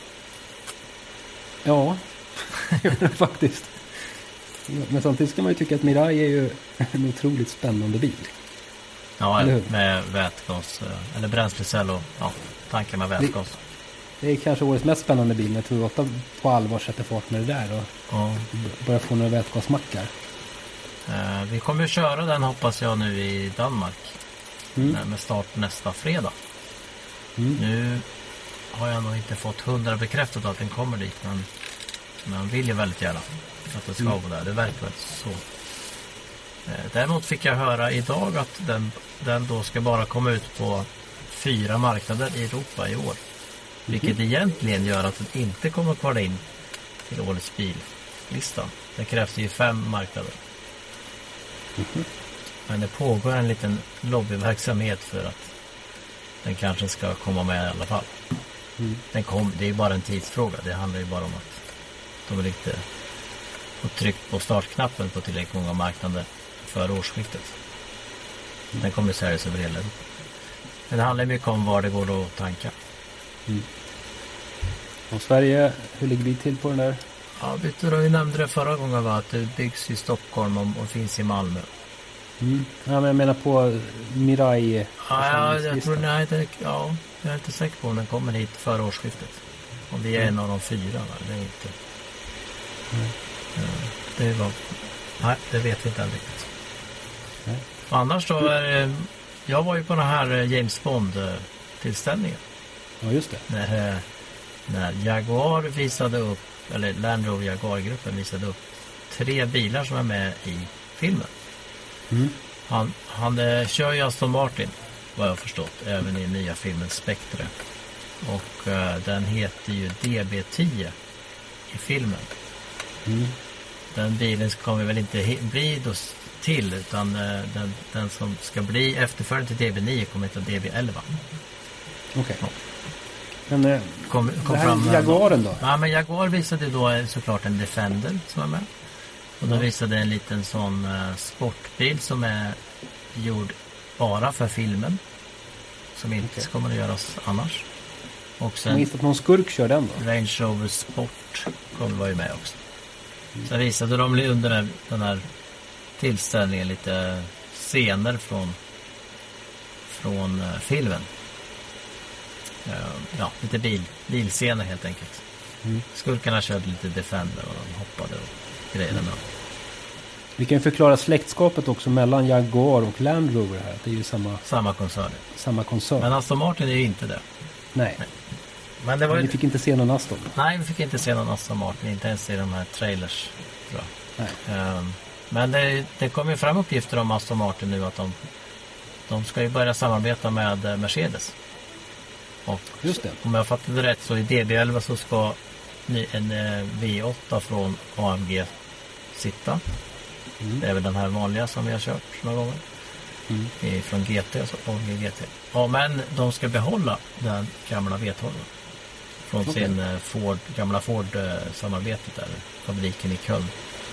Ja, faktiskt. Men samtidigt ska man ju tycka att Mirai är ju en otroligt spännande bil. Ja, eller med vätgas, eller bränslecell och ja, tanken med vätgas. Det, det är kanske årets mest spännande bil när Toyota på allvar sätter fart med det där och ja. börjar få några vätgasmackar. Eh, vi kommer att köra den hoppas jag nu i Danmark. Mm. Med start nästa fredag. Mm. Nu har jag nog inte fått hundra bekräftat att den kommer dit, men man vill ju väldigt gärna att det ska mm. vara där. Det verkar så. Däremot fick jag höra idag att den, den då ska bara komma ut på fyra marknader i Europa i år. Mm. Vilket egentligen gör att den inte kommer kvala in till årets billistan. Det krävs ju fem marknader. Mm. Men det pågår en liten lobbyverksamhet för att den kanske ska komma med i alla fall. Mm. Den kom, det är ju bara en tidsfråga. Det handlar ju bara om att de vill inte få tryckt på startknappen på tillräckligt många marknader för årsskiftet. Mm. Den kommer säljas över hela. Men det handlar mycket om var det går att tanka. Mm. Och Sverige, hur ligger vi till på den där? Ja, vet du, vi nämnde det förra gången, va? Att det byggs i Stockholm och, och finns i Malmö. Mm. Ja, men jag menar på Mirai. Ja, ja, jag tror nej, det, ja, jag är inte säker på om den kommer hit före årsskiftet. Om vi är mm. en av de fyra, va? Det är inte. Mm. Ja, det var, nej, det vet vi inte än riktigt. Mm. Annars då är, jag var ju på den här James Bond-tillställningen. Ja, just det. När, när Jaguar visade upp, eller Land Rover Jaguar-gruppen visade upp tre bilar som är med i filmen. Mm. Han, han eh, kör ju Aston Martin, vad jag har förstått, även i nya filmen Spectre. Och eh, den heter ju D B tio i filmen. Mm. Den bilen kommer väl inte he- bli då till, utan eh, den, den som ska bli efterföljaren till D B nio kommer heta D B elva. Okej. Okay. Ja. Men eh, kom, kom det här fram Jaguaren då? Ja, men Jaguar visade då såklart en Defender som är med. Och då visade en liten sån uh, sportbil som är gjord bara för filmen. Som inte okay. kommer att göras annars. Och sen... Har ni att någon skurk kör den då? Range Rover Sport kommer vara med också. Mm. Sen visade de under den här, den här tillställningen lite scener från, från uh, filmen. Uh, ja, lite bil, bilscener helt enkelt. Mm. Skurkarna körde lite Defender och de hoppade och grejerna. Mm. Vi kan förklara släktskapet också mellan Jaguar och Land Rover här. Det är ju samma, samma koncern. Samma koncern. Men Aston Martin är ju inte det. Nej. Nej. Men det var Men ju... vi fick inte se någon Aston. Nej, vi fick inte se någon Aston Martin. Inte ens i de här trailers, tror jag. Nej. Um, men det, det kommer ju fram uppgifter om Aston Martin nu att de, de ska ju börja samarbeta med Mercedes. Och just det. Om jag fattade rätt så i D B elva så ska en V åtta från A M G sitta. Mm. Det är väl den här vanliga som vi har kört några gånger. Mm. Det är från G T, alltså A M G G T. Ja, men de ska behålla den gamla V tolv. Från okay. sin Ford, gamla Ford-samarbetet där. Fabriken i Köln.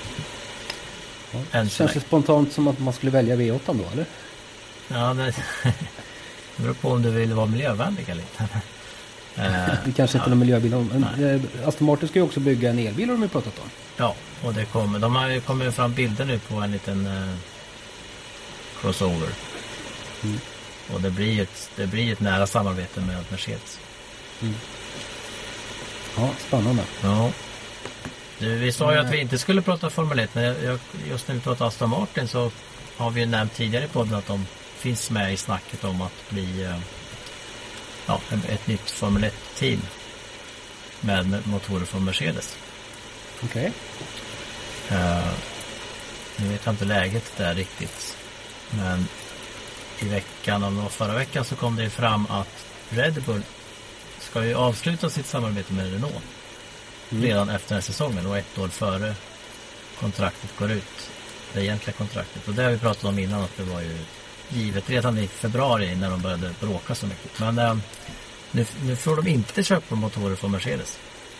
Ja. Känns det spontant som att man skulle välja V åtta då, eller? Ja, det, det beror på om du vill vara miljövänlig eller inte. Det kanske inte är någon miljöbil. Men Aston Martin ska ju också bygga en elbil, har de ju pratat om. Ja, och det kommer. De har ju kommit fram bilder nu på en liten uh, crossover. Mm. Och det blir ett, det blir ett nära samarbete med Mercedes. Mm. Ja, spännande. Ja. Du, vi sa ju att vi inte skulle prata Formel ett, men jag, just när vi pratar Aston Martin så har vi ju nämnt tidigare i podden att de finns med i snacket om att bli uh, ja, ett nytt Formel ett-team med motorer från Mercedes. Okej. Okay. Uh, nu vet jag inte läget där riktigt. Men i veckan, om det var förra veckan, så kom det fram att Red Bull ska ju avsluta sitt samarbete med Renault mm. redan efter den här säsongen och ett år före kontraktet går ut. Det egentliga kontraktet. Och det har vi pratat om innan, att det var ju givet redan i februari när de började bråka så mycket. Men uh, nu, nu får de inte köpa motorer från Mercedes.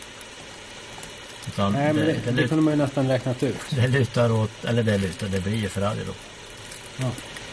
Utan Nej, men det, det, det, det kunde man ju nästan räknat ut. Det lutar åt, eller det lutar, det blir ju Ferrari då. Ja.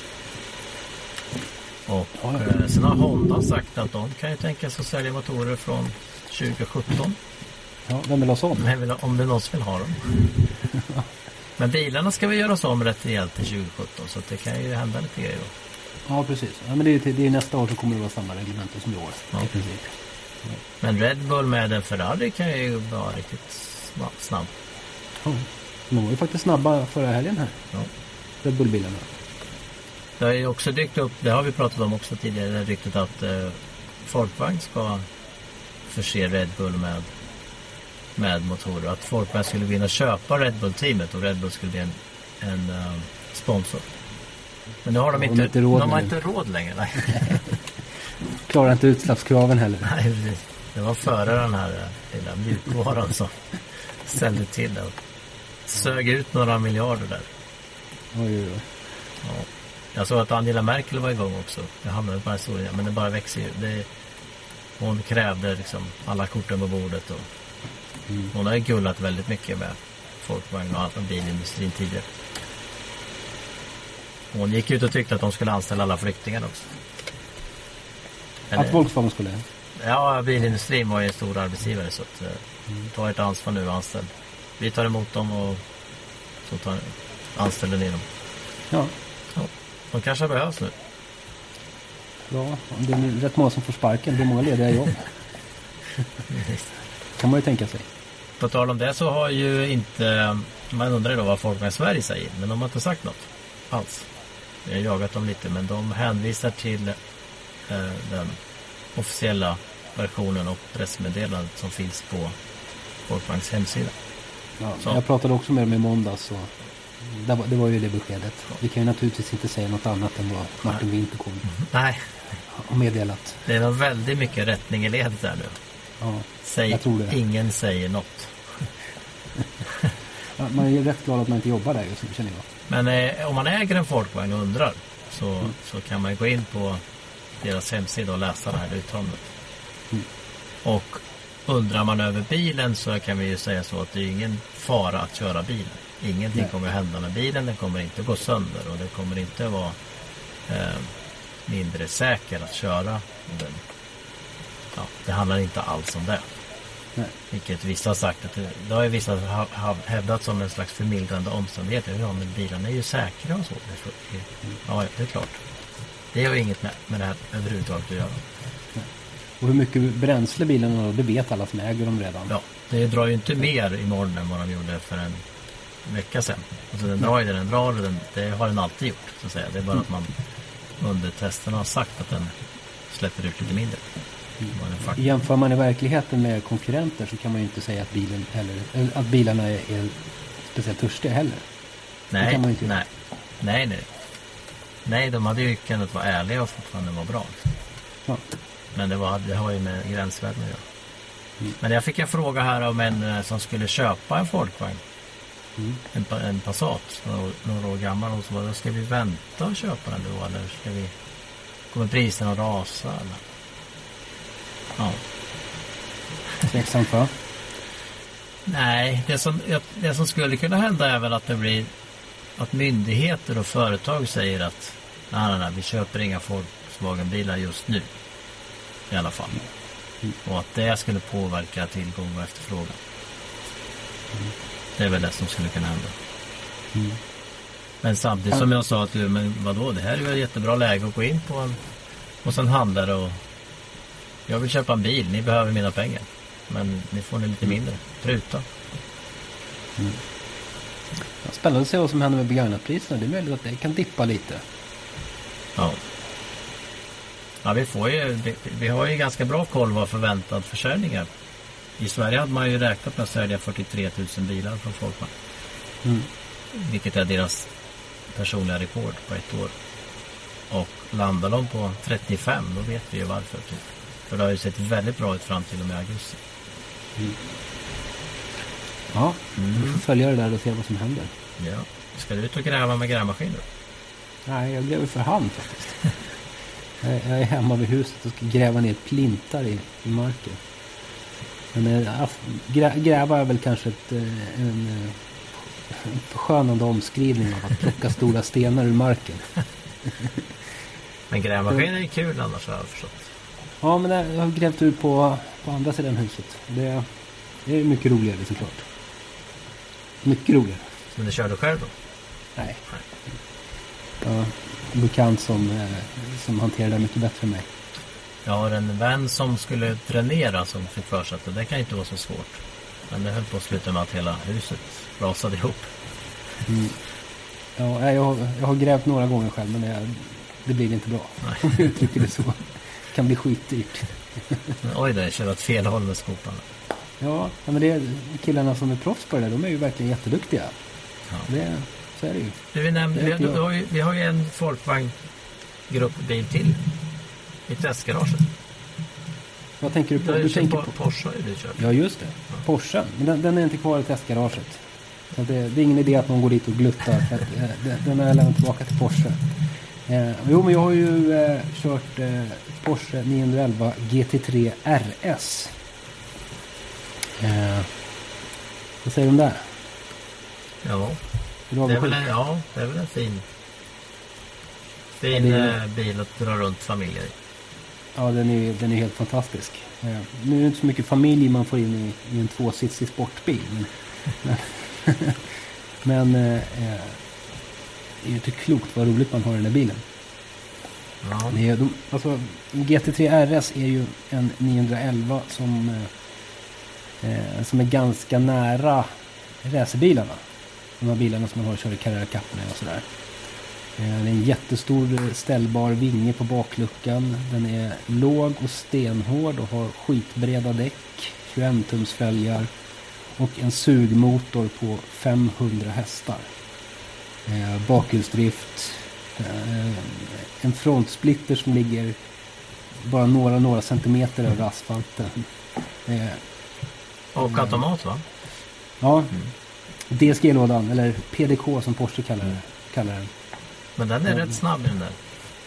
Och ja, ja. Eh, sen har Honda sagt att de kan ju tänka sig att sälja motorer från tjugo sjutton. Ja, vem vill ha sån? Vem vill, om det någon vill ha dem. Men bilarna ska vi göra oss om rätt rejält till tjugo sjutton, så att det kan ju hända lite grejer då. Ja, precis. Ja, men det är, det är nästa år så kommer det vara samma reglementer som i år. Ja. I princip. Ja. Men Red Bull med en Ferrari kan ju vara riktigt snabb. Ja, de var ju faktiskt snabba förra helgen här. Ja. Red Bull-bilarna. Det har ju också dykt upp, det har vi pratat om också tidigare, det ryktet att eh, Volkswagen ska förse Red Bull med, med motorer. Att Volkswagen skulle vinna köpa Red Bull-teamet och Red Bull skulle bli en, en uh, sponsor. Men nu har de, ja, inte, inte råd, de har inte råd längre. Nej. Klarar inte utsläppskraven heller. Nej, det var före den här lilla mjukvaran som ställde till det och sög ut några miljarder där. Oj, oj, oj. Ja. Jag såg att Angela Merkel var igång också. Jag hamnade på den historien, men det bara växer ju. Det, hon krävde liksom alla korten på bordet. Och mm. Hon har ju gullat väldigt mycket med Volkswagen och allt bilindustrin tidigare. Hon gick ut och tyckte att de skulle anställa alla flyktingar också. Eller, att Volkswagen skulle? Ja, bilindustrin var ju en stor arbetsgivare, så att mm. ta ett ansvar nu och anställ vi tar emot dem och så tar, anställer ni dem. Ja. Ja. De kanske behövs nu. Ja, det är rätt många som får sparken. Det är många lediga jobb. Kan man ju tänka sig. På tal om det så har ju inte... Man undrar då vad folk med Sverige säger. Men de har inte sagt något alls. Jag har jagat dem lite. Men de hänvisar till eh, den officiella versionen och pressmeddelandet som finns på Folkvagns hemsida. Ja, jag pratade också med dem i måndags. Och det, var, det var ju det beskedet. Vi kan ju naturligtvis inte säga något annat än vad Martin Winter kom Nej. och meddelat. Det är nog väldigt mycket rättning i ledet där nu. Ja, Säg, jag tror det. Ingen säger något. Man är ju rätt glad att man inte jobbar där just nu, känner jag. Men eh, om man äger en folkvagn och undrar så, mm. så kan man gå in på deras hemsida och läsa det här uttalandet. Mm. Och undrar man över bilen så kan vi ju säga så att det är ingen fara att köra bilen. Ingenting Nej. kommer att hända med bilen. Den kommer inte gå sönder och det kommer inte vara eh, mindre säker att köra den. Ja, det handlar inte alls om det. Nej. Vilket vissa har sagt att det, det har ju vissa ha, ha, hävdat som en slags förmildrande omständigheter. Ja, men bilarna är ju säkra och så. Det är, ja, det är klart. Det har ju inget med, med det här överhuvudtaget att göra. Nej. Och hur mycket bränsle bilen har, det vet alla som äger dem redan. Ja, det drar ju inte mer imorgon än vad de gjorde för en vecka sedan. Alltså den drar ju det den drar, den, det har den alltid gjort så att säga. Det är bara mm. att man under testerna har sagt att den släpper ut lite mindre. Mm. Jämför man i verkligheten med konkurrenter så kan man ju inte säga att bilen eller, att bilarna är, är speciellt törstiga heller. Nej, kan man inte nej. nej, nej. Nej, de hade ju kunnat vara ärliga och fortfarande vara bra. Ja. Men det, var, det har ju med gränsvärden att göra. Mm. Men jag fick en fråga här om en som skulle köpa en folkvagn. Mm. En, en Passat, några, några år gammal. Och så var det, ska vi vänta och köpa den då? Eller ska vi, kommer priserna att rasa? Eller? Ja. Tveksamt, va? Nej, det som, det som skulle kunna hända är väl att det blir att myndigheter och företag säger att nej, nej, nej, vi köper inga Volkswagen-bilar just nu. I alla fall. Mm. Och att det skulle påverka tillgång och efterfrågan. Mm. Det är väl det som skulle kunna hända. Mm. Men samtidigt som jag sa att du, men vadå, det här är ju ett jättebra läge att gå in på en, och sen handlar det och jag vill köpa en bil, ni behöver mina pengar. Men ni får ni lite mindre. Pruta. Mm. Ja, spännande att se vad som händer med begagnatpriserna. Det är möjligt att det kan dippa lite. Ja. Ja, vi får ju, vi, vi har ju ganska bra koll vad förväntad försäljning är. I Sverige hade man ju räknat med att sälja fyrtiotre tusen bilar från Volkswagen. Mm. Vilket är deras personliga rekord på ett år. Och landar de på trettiofem, då vet vi ju varför. Typ. För det har ju sett väldigt bra ut fram till och med augusti. Mm. Ja, mm. vi får följa det där och se vad som händer. Ja. Ska du ut och gräva med grävmaskiner? Nej, jag gräver för hand faktiskt. jag är hemma vid huset och ska gräva ner plintar i, i marken. Men äh, grä, gräva är väl kanske ett, en, en förskönande omskrivning av att plocka stora stenar ur marken. Men grävmaskiner är kul annars, har jag förstått. Ja, men jag har grävt ut på, på andra sidan huset. Det, det är mycket roligare såklart. Mycket roligare. Men du kör du själv då? Nej. Nej. Ja, en bekant som, som hanterar det mycket bättre än mig. Jag har en vän som skulle dränera som fick för sig att det kan inte vara så svårt. Men det höll på att sluta med att hela huset rasade ihop. Mm. Ja, jag har, jag har grävt några gånger själv, men det, det blir inte bra. Om jag uttrycker det så. Det kan bli skitdyrt. Oj, det är kört åt fel håll med skopan. Ja, men det är killarna som är proffs på det där, de är ju verkligen jätteduktiga. Ja. Det, så är det ju. Det vi, nämnde, det vi, har, har ju, vi har ju en Folkvagn gruppbil till i testgaraget. Vad tänker du på? Du, du tänker på, på Porsche du kör. Ja, just det. Ja. Porsche. Men den, den är inte kvar i testgaraget. Så det, det är ingen idé att någon går dit och gluttar. För att, eh, den har jag lämnat tillbaka till Porsche. Eh, jo, men jag har ju eh, kört eh, Porsche niohundraelva G T tre R S. Eh, vad säger du om det? Ja. Det är, väl en, ja, det är väl en fin fin ja, är, bil att dra runt familjer i. Ja, den är, den är helt fantastisk. Eh, nu är det inte så mycket familj man får in i, i en tvåsitsig sportbil. Men Men eh, det är ju inte klokt vad roligt man har i den här bilen. Ja. Det är, de, alltså, G T tre R S är ju en niohundraelva som, eh, som är ganska nära racerbilarna. De här bilarna som man har kört i Carrera Cup med och sådär. Eh, det är en jättestor ställbar vinge på bakluckan. Den är låg och stenhård och har skitbreda däck, tjugoett tums fälgar och en sugmotor på femhundra hästar. Eh, bakhjulsdrift, eh, en frontsplitter som ligger bara några, några centimeter över asfalten. Eh, och automat, va? Ja, mm. D S G-lådan, eller P D K som Porsche kallar, det, kallar den. Men den är mm. rätt snabb den där.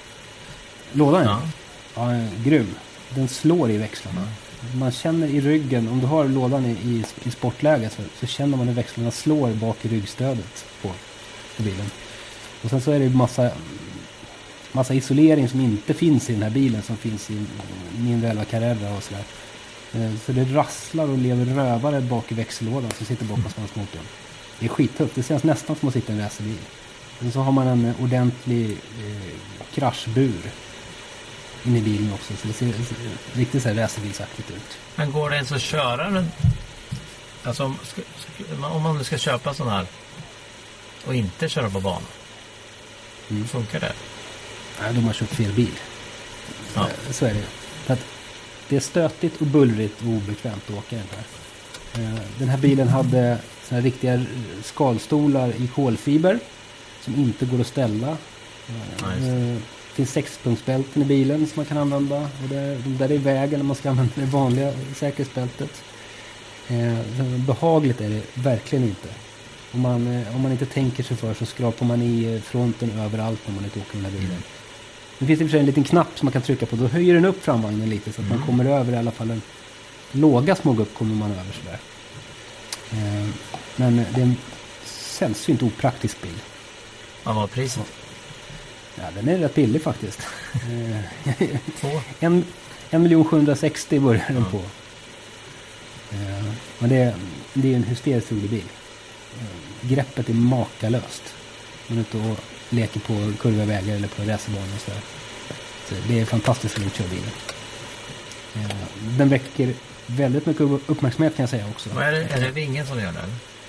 Lådan? Ja. Ja, grym. Den slår i växlarna. Mm. Man känner i ryggen, om du har lådan i, i, i sportläge så, så känner man hur växlarna slår bak i ryggstödet på, på bilen. Och sen så är det massa, massa isolering som inte finns i den här bilen, som finns i niohundraelva Carrera och sådär. Så det rasslar och lever rövare bak i växellådan som sitter bakom svansmotorn. Det är skittufft. Det känns nästan som att sitta i en racerbil. Och så har man en ordentlig eh, kraschbur inne i bilen också. Så det ser, ser riktigt så här racerbilsaktigt ut. Men går det ens att köra den? Alltså om, ska, om man ska köpa sån här och inte köra på banan. Mm. Funkar det? Nej, de har köpt fel bil. Ja. Så är det. För att det är stötigt och bullrigt och obekvämt att åka den här. Den här bilen hade såna här riktiga skalstolar i kolfiber som inte går att ställa. Det finns sexpunktsbälten i bilen som man kan använda. Och det, de där är i vägen när man ska använda det vanliga säkerhetsbältet. Behagligt är det verkligen inte. Om man, om man inte tänker sig för så skrapar man i fronten överallt när man inte åker den här bilen. Mm. Det finns i och för sig en liten knapp som man kan trycka på. Då höjer den upp framvagnen lite så att mm. man kommer över i alla fall en låga smågupp kommer man över sådär. Eh, men det är en sällsynt opraktisk bil. Vad var priset? Ja, den är rätt billig faktiskt. en, en miljon sjuhundrasextio börjar den på. Eh, men det är, det är en hysteriskt rolig bil. Eh, greppet är makalöst. Man är ute och leker på kurviga vägar eller på racerbanor och sådär. Så det är fantastiskt roligt att köra bilen. Eh, den väcker väldigt mycket uppmärksamhet kan jag säga också. Vad är det? Är det vingen som gör den?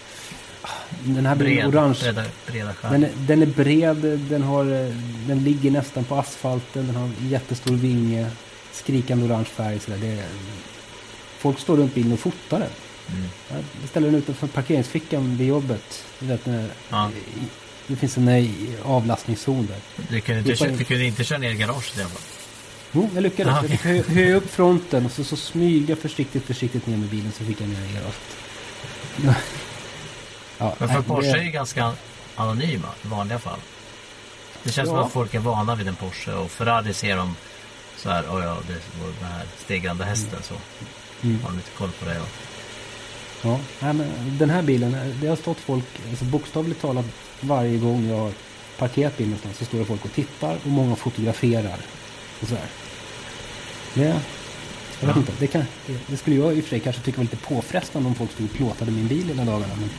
Den här bilen bred, orange. Breda, breda den, är, den är bred, den, har, den ligger nästan på asfalten, den har en jättestor vinge, skrikande orange färg. Så där. Det är, folk står runt bilen och fotar den. Mm. Jag ställer den utanför parkeringsfickan vid jobbet. Vet, när, ja. Det finns en avlastningszon där. Du kunde inte, du kunde inte köra ner i garaget i alla fall. Jo, jag lyckades. Aha, okay. Jag fick hö, höja upp fronten och så, så smyga försiktigt försiktigt ner med bilen så fick jag ner i garaget. Ja, men för nej, Porsche det... är ju ganska anonyma i vanliga fall. Det känns ja. som att folk är vana vid en Porsche och Ferrari ser dem så här, oh ja, det var den här stegrande hästen så mm. har de lite koll på det. Och... Ja, nej, men den här bilen, det har stått folk, alltså bokstavligt talat varje gång jag har parkerat bilen någonstans så står det folk och tittar och många fotograferar och så här. Det, jag ja. vet inte, det, kan, det, det skulle jag i och för sig kanske tycka var lite påfrestande om folk stod och plåtade min bil hela dagarna. Men,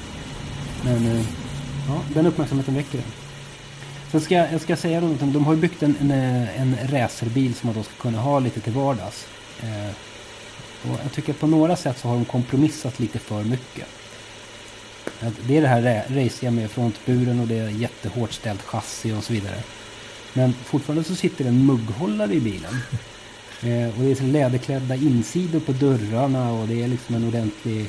men ja, den uppmärksamheten väcker den. Sen ska jag, jag ska säga något om, de har ju byggt en, en, en racerbil som man då ska kunna ha lite till vardags. Eh, och jag tycker på några sätt så har de kompromissat lite för mycket. Det är det här raciga med frontburen och det är jättehårt ställt chassi och så vidare. Men fortfarande så sitter en mugghållare i bilen. Eh, och det är så läderklädda insidor på dörrarna och det är liksom en ordentlig...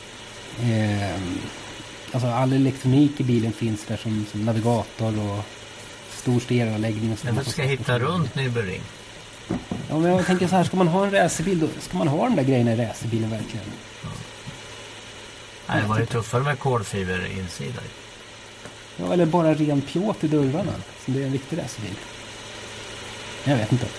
Eh, alltså all elektronik i bilen finns där som, som navigator och stor stereoanläggning och så. Men du ska hitta runt Nürburgring. Ja, men jag tänker så här, ska man ha en racerbil då ska man ha de där grejerna i racerbilen verkligen. Ja. Nej, det var ju tuffare med kolfiber insida. Ja, eller bara ren plåt i dörrarna. Som det är en riktig racerbil. Jag vet inte.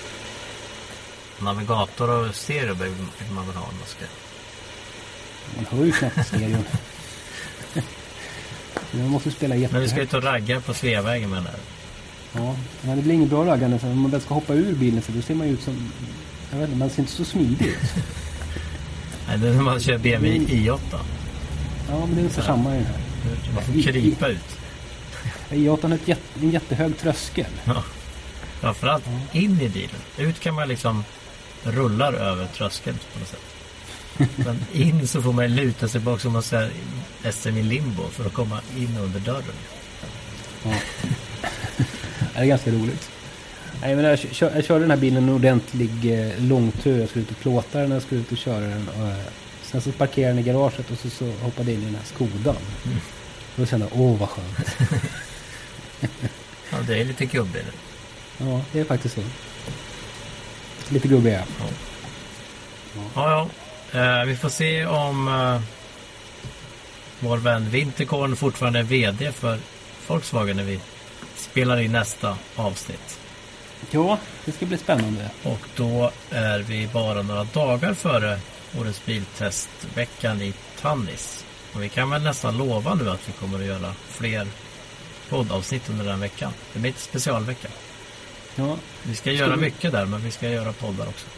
Navigator och stereo behöver man väl ha. Man, ska... man hör ju knappt stereo. Man måste spela jättehögt. Men vi ska ut och ragga på Sveavägen med den här. Ja, men det blir inget bra raggande. Om man väl ska hoppa ur bilen så då ser man ju ut som... Jag vet inte, man ser inte så smidig ut. Nej, det är när man kör B M W i åtta. Ja, men det är ungefär samma i den här. Man får krypa ut. I åt ett jätte, en jättehög tröskel. Ja. Framförallt ja. In i bilen. Ut kan man liksom rullar över tröskeln på något sätt. Men in så får man luta sig bak som man säger S M i limbo för att komma in under dörren. Ja. Det är ganska roligt. Nej, men jag, kör, jag körde den här bilen en ordentlig eh, långtur. Jag skulle ut och plåta den, jag skulle ut och köra den. Och, eh, sen så parkerade den i garaget och så, så hoppade in i den här Skodan. Mm. Och då kände jag, åh vad skönt. Ja, det är lite gubbig. Ja, det är faktiskt så. Lite gubbig, ja. Ja, ja. ja. Eh, vi får se om eh, vår vän Winterkorn fortfarande är vd för Volkswagen när vi spelar in nästa avsnitt. Ja, det ska bli spännande. Och då är vi bara några dagar före årets biltestveckan i Tannis. Och vi kan väl nästan lova nu att vi kommer att göra fler poddavsnitt under den veckan. Det blir ett specialvecka. Ja, vi ska göra vi... mycket där, men vi ska göra poddar också.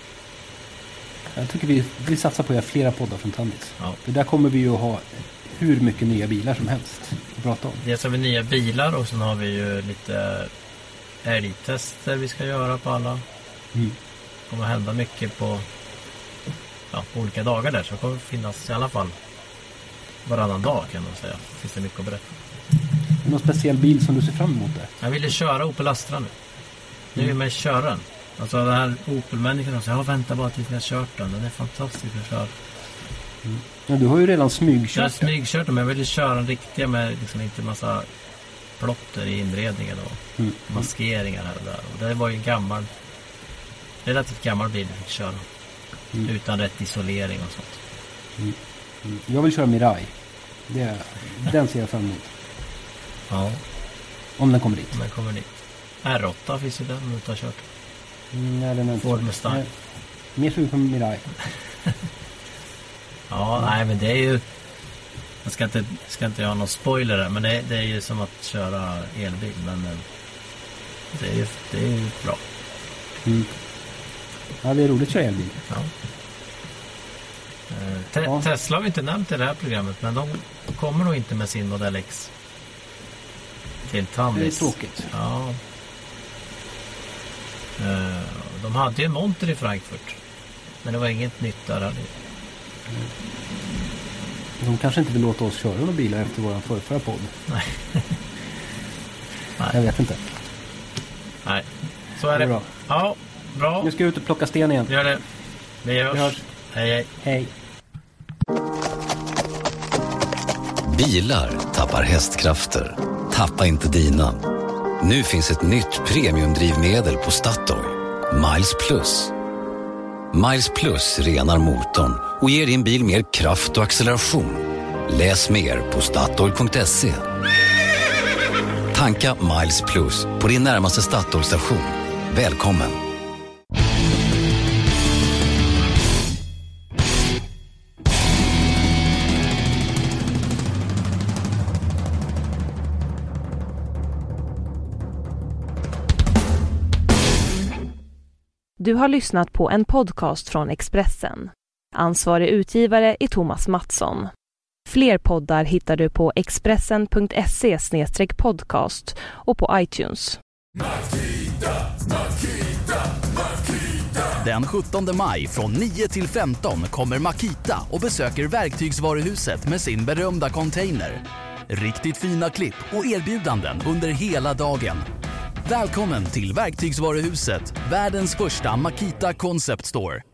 Jag tycker vi, vi satsar på att göra flera poddar från Tannis. Ja. För där kommer vi ju att ha hur mycket nya bilar som helst att prata om. Dels har vi nya bilar och sen har vi ju lite älgtester vi ska göra på alla. Mm. Det kommer hända mycket på, ja, på olika dagar där, så det kommer finnas i alla fall varannan dag kan man säga. Finns det mycket att berätta. Är det någon speciell bil som du ser fram emot där? Jag ville köra Opel Astra nu. Nu är jag med köra den. Alltså den här Opel-människan säger, jag väntar bara tills jag har kört den. Den är fantastisk att köra. Mm. Ja, du har ju redan smygkört. Jag har smygkört den, men jag ville köra den riktiga med liksom inte massa plotter i inredningen och mm. maskeringar här och där. Och det var ju en gammal, relativt gammal bil vi fick köra. Mm. Utan rätt isolering och sånt. Mm. Mm. Jag vill köra Mirai. Det, den ser jag fram emot. Ja. Om den kommer dit. Om den kommer dit. R åtta finns ju den om du inte har kört. Mm, nej, den är Ford Mustang. Nej. Mer sugen på Mirai. Ja, mm. nej men det är ju, jag ska inte, ska inte ha någon spoiler där, men det, det är ju som att köra elbil, men det är ju, det är ju bra. Mm. Ja, det är roligt att köra elbil. Ja. Te- ja. Tesla har vi inte nämnt i det här programmet, men de kommer nog inte med sin Model X till Tannis. Det är tråkigt. Ja. De hade ju en monter i Frankfurt, men det var inget nytt där. Mm. De kanske inte vill låta oss köra några bilar efter våran förra podd. Nej. Jag vet inte. Nej, så är det. det är bra. Ja, bra. Nu ska jag ut och plocka sten igen. Gör det. Vi hörs. Vi hörs. Hej, hej. Hej. Bilar tappar hästkrafter. Tappa inte dina. Nu finns ett nytt premiumdrivmedel på Statoil. Miles Plus. Miles Plus renar motorn och ger din bil mer kraft och acceleration. Läs mer på statoil punkt se. Tanka Miles Plus på din närmaste Statoil-station. Välkommen! Du har lyssnat på en podcast från Expressen. Ansvarig utgivare är Thomas Mattsson. Fler poddar hittar du på expressen punkt se slash podcast och på iTunes. Den sjuttonde maj från nio till femton kommer Makita och besöker Verktygsvaruhuset med sin berömda container. Riktigt fina klipp och erbjudanden under hela dagen. Välkommen till Verktygsvaruhuset, världens första Makita Concept Store.